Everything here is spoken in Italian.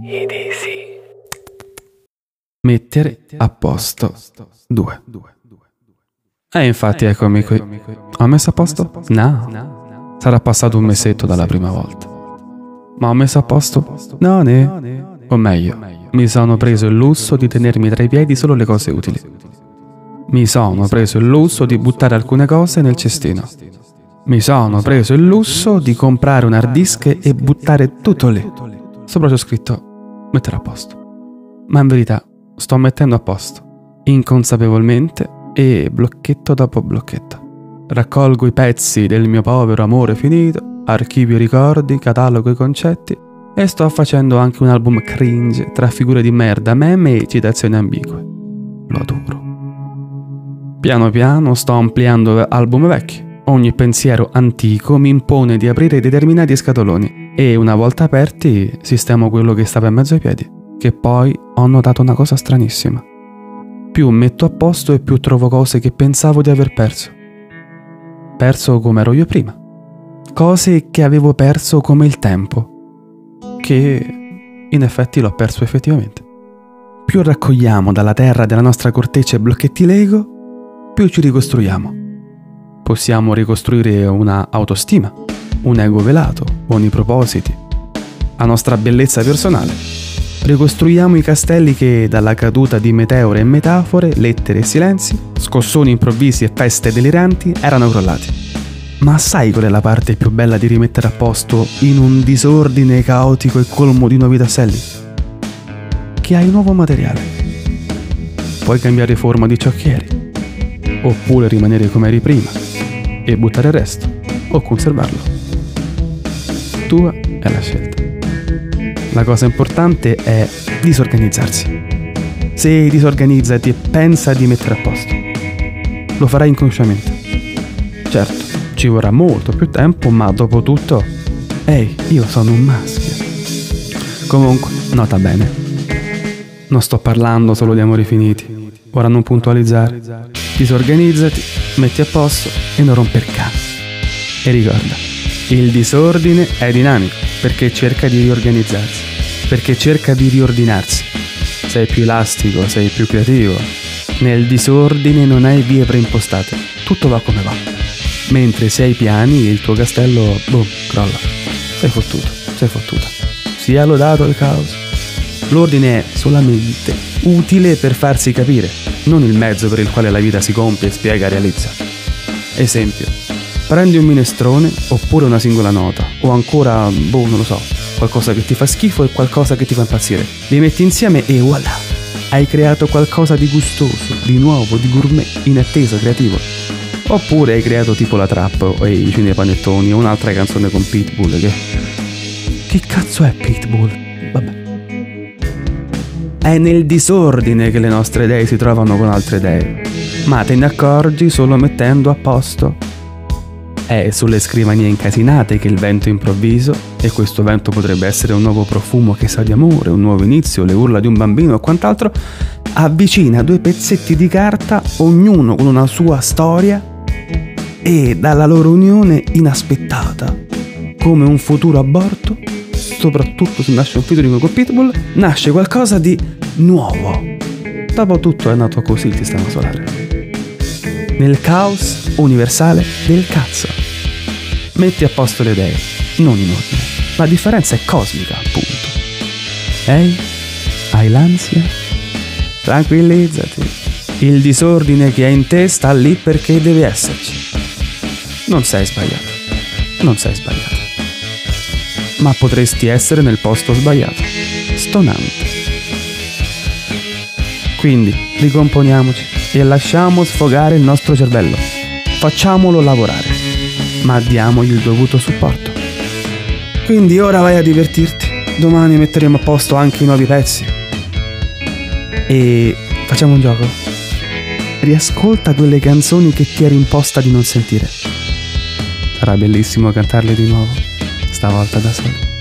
Easy. Mettere a posto 2. Infatti eccomi qui. Ho messo a posto? No. Sarà passato un mesetto dalla prima volta. Ma ho messo a posto? No, ne. O meglio, mi sono preso il lusso di tenermi tra i piedi solo le cose utili. Mi sono preso il lusso di buttare alcune cose nel cestino. Mi sono preso il lusso di comprare un hard disk e buttare tutto lì. Sopra c'ho scritto mettere a posto. Ma in verità sto mettendo a posto, inconsapevolmente e blocchetto dopo blocchetto. Raccolgo i pezzi del mio povero amore finito, archivio ricordi, catalogo i concetti e sto facendo anche un album cringe tra figure di merda, meme e citazioni ambigue. Lo adoro. Piano piano sto ampliando album vecchi. Ogni pensiero antico mi impone di aprire determinati scatoloni e una volta aperti sistemo quello che stava in mezzo ai piedi, che poi ho notato una cosa stranissima. Più metto a posto e più trovo cose che pensavo di aver perso. Perso come ero io prima. Cose che avevo perso come il tempo, che in effetti l'ho perso effettivamente. Più raccogliamo dalla terra della nostra corteccia blocchetti Lego, più ci ricostruiamo. Possiamo ricostruire una autostima, un ego velato, buoni propositi, la nostra bellezza personale. Ricostruiamo i castelli che dalla caduta di meteore e metafore, lettere e silenzi, scossoni improvvisi e feste deliranti erano crollati. Ma sai qual è la parte più bella di rimettere a posto in un disordine caotico e colmo di nuovi tasselli? Che hai nuovo materiale. Puoi cambiare forma di ciò che eri, oppure rimanere come eri prima e buttare il resto, o conservarlo. Tua è la scelta. La cosa importante è disorganizzarsi. Se disorganizzati e pensa di mettere a posto, lo farai inconsciamente. Certo, ci vorrà molto più tempo, ma dopo tutto, io sono un maschio. Comunque, nota bene, non sto parlando solo di amori finiti. Ora non puntualizzare. Disorganizzati, metti a posto e non romper cazzo. E ricorda, il disordine è dinamico perché cerca di riorganizzarsi, perché cerca di riordinarsi. Sei più elastico, sei più creativo. Nel disordine non hai vie preimpostate, tutto va come va. Mentre se hai piani, il tuo castello, boom, crolla. Sei fottuta. Sia lodato il caos. L'ordine è solamente utile per farsi capire, non il mezzo per il quale la vita si compie, spiega e realizza. Esempio, prendi un minestrone oppure una singola nota, o ancora, non lo so, qualcosa che ti fa schifo e qualcosa che ti fa impazzire. Li metti insieme e voilà, hai creato qualcosa di gustoso, di nuovo, di gourmet, inatteso, creativo. Oppure hai creato tipo la trap o i cinepanettoni o un'altra canzone con Pitbull che cazzo è Pitbull? Vabbè. È nel disordine che le nostre idee si trovano con altre idee, ma te ne accorgi solo mettendo a posto. È sulle scrivanie incasinate che il vento improvviso, e questo vento potrebbe essere un nuovo profumo che sa di amore, un nuovo inizio, le urla di un bambino o quant'altro, avvicina due pezzetti di carta, ognuno con una sua storia, e dalla loro unione inaspettata, come un futuro aborto, soprattutto se nasce un featuring con Pitbull, nasce qualcosa di nuovo. Dopo tutto è nato così il sistema solare, nel caos universale del cazzo. Metti a posto le idee, non in ordine. La differenza è cosmica, appunto. Hai l'ansia? Tranquillizzati. Il disordine che hai in te sta lì perché deve esserci. Non sei sbagliato, ma potresti essere nel posto sbagliato. Stonante. Quindi ricomponiamoci e lasciamo sfogare il nostro cervello. Facciamolo lavorare, ma diamogli il dovuto supporto. Quindi ora vai a divertirti. Domani metteremo a posto anche i nuovi pezzi. E facciamo un gioco. Riascolta quelle canzoni che ti eri imposta di non sentire. Sarà bellissimo cantarle di nuovo, stavolta da solo.